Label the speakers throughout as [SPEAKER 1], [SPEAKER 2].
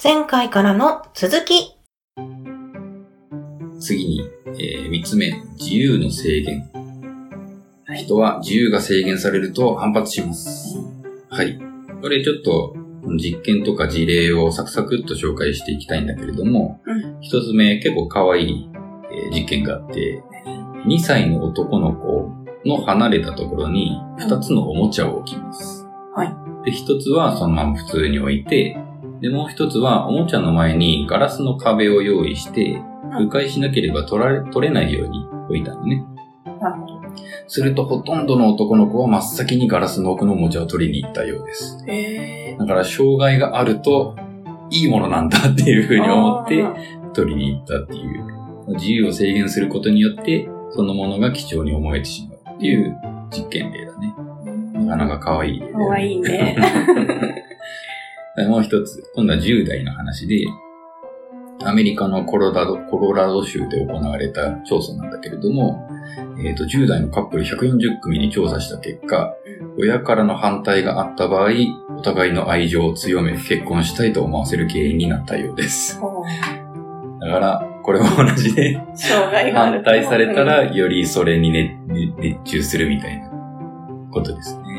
[SPEAKER 1] 前回からの続き。
[SPEAKER 2] 次に、3つ目、自由の制限。人は自由が制限されると反発します。はい。これちょっと実験とか事例をサクサクっと紹介していきたいんだけれども、一つ目結構可愛い実験があって、2歳の男の子の離れたところに2つのおもちゃを置きます。
[SPEAKER 1] はい。
[SPEAKER 2] で、1つはそのまま普通に置いて、で、もう1つはおもちゃの前にガラスの壁を用意して、迂回しなければ取れないように置いたのね。
[SPEAKER 1] なるほど。
[SPEAKER 2] するとほとんどの男の子は真っ先にガラスの奥のおもちゃを取りに行ったようです。だから障害があるといいものなんだっていうふうに思って取りに行ったっていう。自由を制限することによってそのものが貴重に思えてしまうっていう実験例だね。なかなか可愛い例
[SPEAKER 1] かわいいね。
[SPEAKER 2] もう一つ、今度は10代の話で、アメリカのコロラド州で行われた調査なんだけれども、10代のカップル140組に調査した結果、親からの反対があった場合、お互いの愛情を強め、結婚したいと思わせる原因になったようです。だから、これも同じで、反対されたら、よりそれに熱中するみたいなことですね。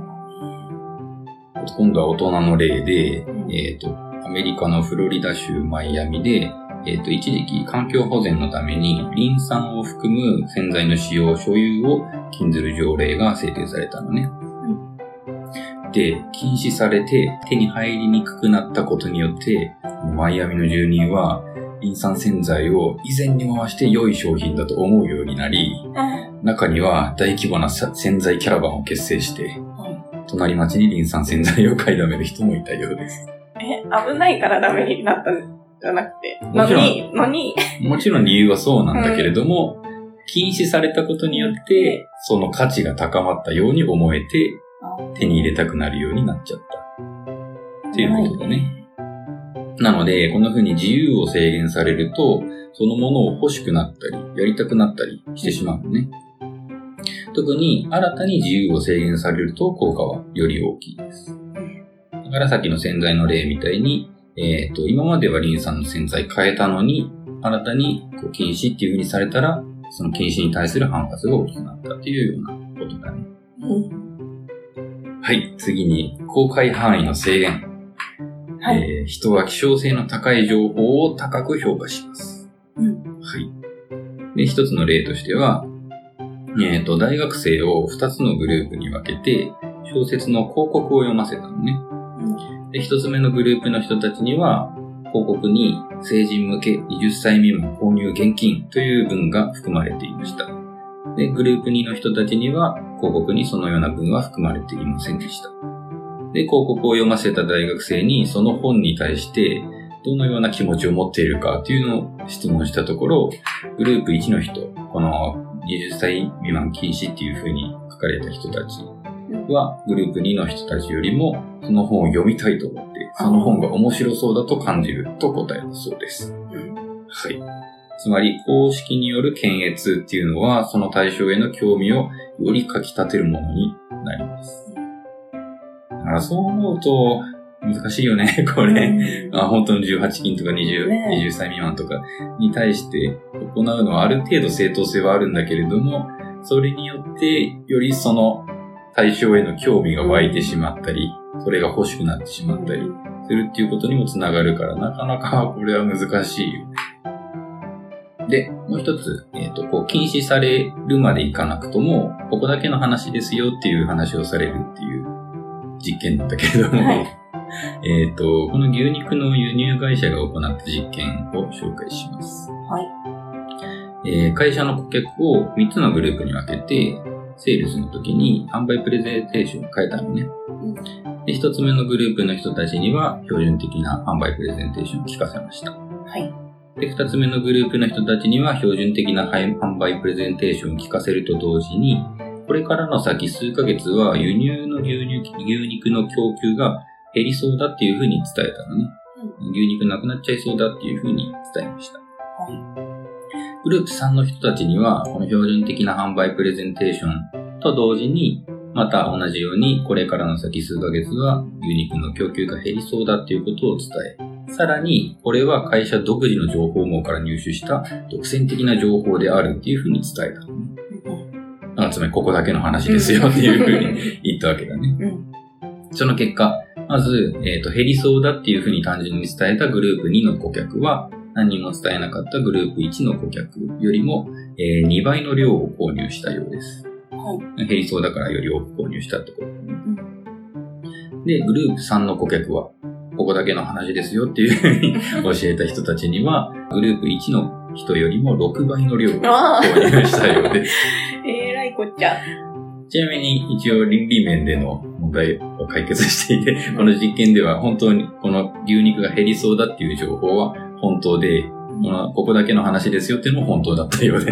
[SPEAKER 2] 今度は大人の例で、アメリカのフロリダ州マイアミで、一時期環境保全のためにリン酸を含む洗剤の使用、所有を禁ずる条例が制定されたのね。で、禁止されて手に入りにくくなったことによって、マイアミの住人はリン酸洗剤を以前にも増して良い商品だと思うようになり、中には大規模な洗剤キャラバンを結成して、隣町にリン酸洗剤を買いだめる人もいたようです。
[SPEAKER 1] 危ないからダメになったんじゃなくて。
[SPEAKER 2] もちろん理由はそうなんだけれども、禁止されたことによって、その価値が高まったように思えて、手に入れたくなるようになっちゃった。っていうことだね。なので、こんな風に自由を制限されると、そのものを欲しくなったり、やりたくなったりしてしまうのね。特に新たに自由を制限されると効果はより大きいです。だからさっきの洗剤の例みたいに、今まではリン酸の洗剤変えたのに、新たに禁止っていう風にされたら、その禁止に対する反発が大きくなったっていうようなことだね。はい、次に公開範囲の制限。人は希少性の高い情報を高く評価します。はい。で、一つの例としては、大学生を2つのグループに分けて、小説の広告を読ませたのね。で、1つ目のグループの人たちには、広告に成人向け20歳未満購入現金という文が含まれていました。で、グループ2の人たちには、広告にそのような文は含まれていませんでした。で、広告を読ませた大学生にその本に対してどのような気持ちを持っているかというのを質問したところ、グループ1の人、この20歳未満禁止っていう風に書かれた人たちは、グループ2の人たちよりもその本を読みたいと思って、その本が面白そうだと感じると答えたそうです。はい。つまり、公式による検閲っていうのは、その対象への興味をよりかき立てるものになります。だからそう思うと、難しいよね、これ。本当の18禁とか20歳未満とかに対して行うのはある程度正当性はあるんだけれども、それによってよりその対象への興味が湧いてしまったり、それが欲しくなってしまったりするっていうことにもつながるから、なかなかこれは難しいよね。で、もう一つ、禁止されるまでいかなくとも、ここだけの話ですよっていう話をされるっていう実験だったけれども、この牛肉の輸入会社が行った実験を紹介します。会社の顧客を3つのグループに分けて、セールスの時に販売プレゼンテーションを変えたのね。で、1つ目のグループの人たちには標準的な販売プレゼンテーションを聞かせました。で、2つ目のグループの人たちには標準的な販売プレゼンテーションを聞かせると同時に、これからの先数ヶ月は輸入の牛肉の供給が減りそうだっていうふうに伝えたのね。牛肉なくなっちゃいそうだっていうふうに伝えました。グループ3の人たちには、この標準的な販売プレゼンテーションと同時に、また同じようにこれからの先数ヶ月は牛肉の供給が減りそうだっていうことを伝え、 さらに、これは会社独自の情報網から入手した独占的な情報であるっていうふうに伝えた。つまり、ここだけの話ですよっていうふうに言ったわけだね。その結果、まず、減りそうだっていうふうに単純に伝えたグループ2の顧客は、何も伝えなかったグループ1の顧客よりも、2倍の量を購入したようです。減りそうだからより多く購入したってことね。で、グループ3の顧客は、ここだけの話ですよっていうふうに教えた人たちには、グループ1の人よりも6倍の量を購入したようです。
[SPEAKER 1] えらいこっちゃ。
[SPEAKER 2] ちなみに一応倫理面での問題を解決していて、この実験では本当にこの牛肉が減りそうだっていう情報は本当で、ここだけの話ですよっていうのも本当だったようです。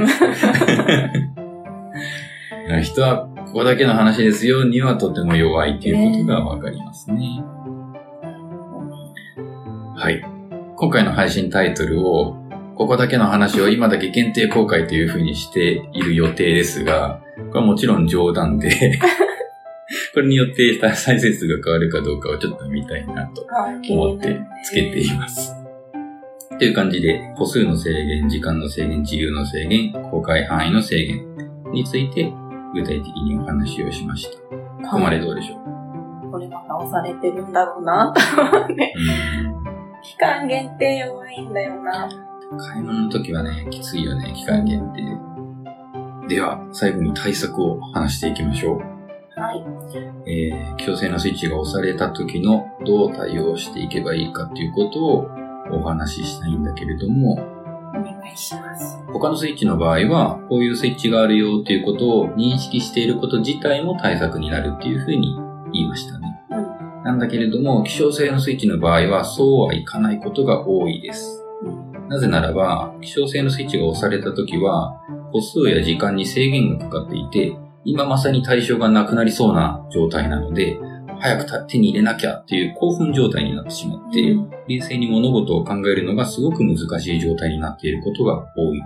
[SPEAKER 2] 人はここだけの話ですよにはとても弱いっていうことがわかりますね。はい。今回の配信タイトルをここだけの話を今だけ限定公開という風にしている予定ですが、これはもちろん冗談で、これによって再生数が変わるかどうかをちょっと見たいなと思ってつけています。という感じで、個数の制限、時間の制限、自由の制限、公開範囲の制限について具体的にお話をしました。ここまでどうでしょ
[SPEAKER 1] う？これが直されてるんだろうなと思って。期間限定弱いんだよな。
[SPEAKER 2] 買い物の時はね、きついよね、期間限定。では、最後に対策を話していきましょう。
[SPEAKER 1] はい。
[SPEAKER 2] 希少性のスイッチが押された時のどう対応していけばいいかということをお話ししたいんだけれども、
[SPEAKER 1] お願いします。
[SPEAKER 2] 他のスイッチの場合は、こういうスイッチがあるよということを認識していること自体も対策になるっていうふうに言いましたね。なんだけれども、希少性のスイッチの場合はそうはいかないことが多いです。なぜならば、希少性のスイッチが押されたときは、個数や時間に制限がかかっていて、今まさに対象がなくなりそうな状態なので、早く手に入れなきゃっていう興奮状態になってしまって、冷静に物事を考えるのがすごく難しい状態になっていることが多いです。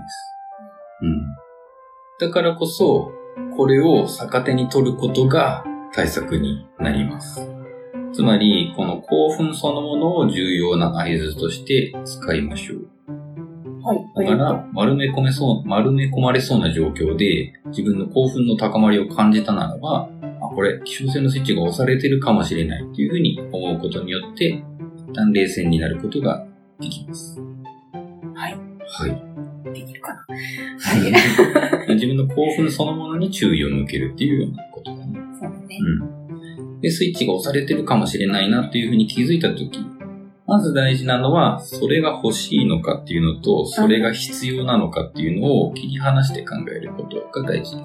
[SPEAKER 2] だからこそ、これを逆手に取ることが対策になります。つまり、この興奮そのものを重要な合図として使いましょう。だから、丸め込まれそうな状況で、自分の興奮の高まりを感じたならば、これ、希少性のスイッチが押されてるかもしれないというふうに思うことによって、一旦冷静になることができます。
[SPEAKER 1] はい。できるかな。
[SPEAKER 2] 自分の興奮そのものに注意を向けるっていうようなことだね。
[SPEAKER 1] そうだね。
[SPEAKER 2] で、スイッチが押されてるかもしれないなっていうふうに気づいたとき、まず大事なのは、それが欲しいのかっていうのと、それが必要なのかっていうのを切り離して考えることが大事です。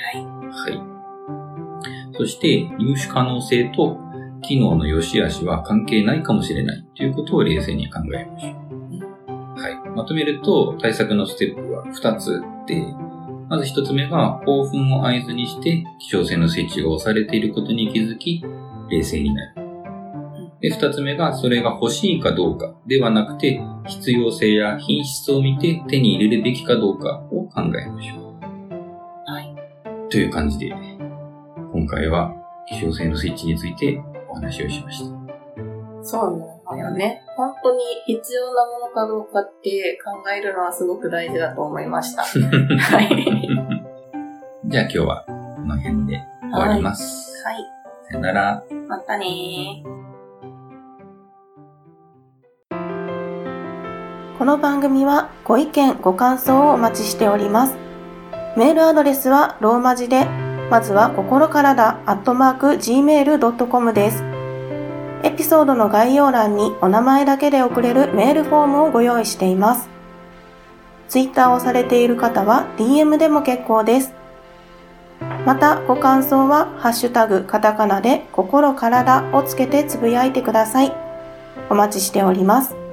[SPEAKER 2] そして、入手可能性と機能の良し悪しは関係ないかもしれないということを冷静に考えましょう。まとめると、対策のステップは2つで、まず1つ目が興奮を合図にして希少性のスイッチが押されていることに気づき、冷静になる。で、2つ目がそれが欲しいかどうかではなくて、必要性や品質を見て手に入れるべきかどうかを考えましょう。という感じで、今回は希少性のスイッチについてお話をしました。
[SPEAKER 1] そうなのよね。本当に必要なものかどうかって考えるのはすごく大事だと思いました。
[SPEAKER 2] じゃあ今日はこの辺で終わります。さよなら。
[SPEAKER 1] またねー。この番組はご意見ご感想をお待ちしております。メールアドレスはローマ字で、まずは心からだ@gmail.com です。エピソードの概要欄にお名前だけで送れるメールフォームをご用意しています。ツイッターをされている方は DM でも結構です。またご感想はハッシュタグカタカナで心からだをつけてつぶやいてください。お待ちしております。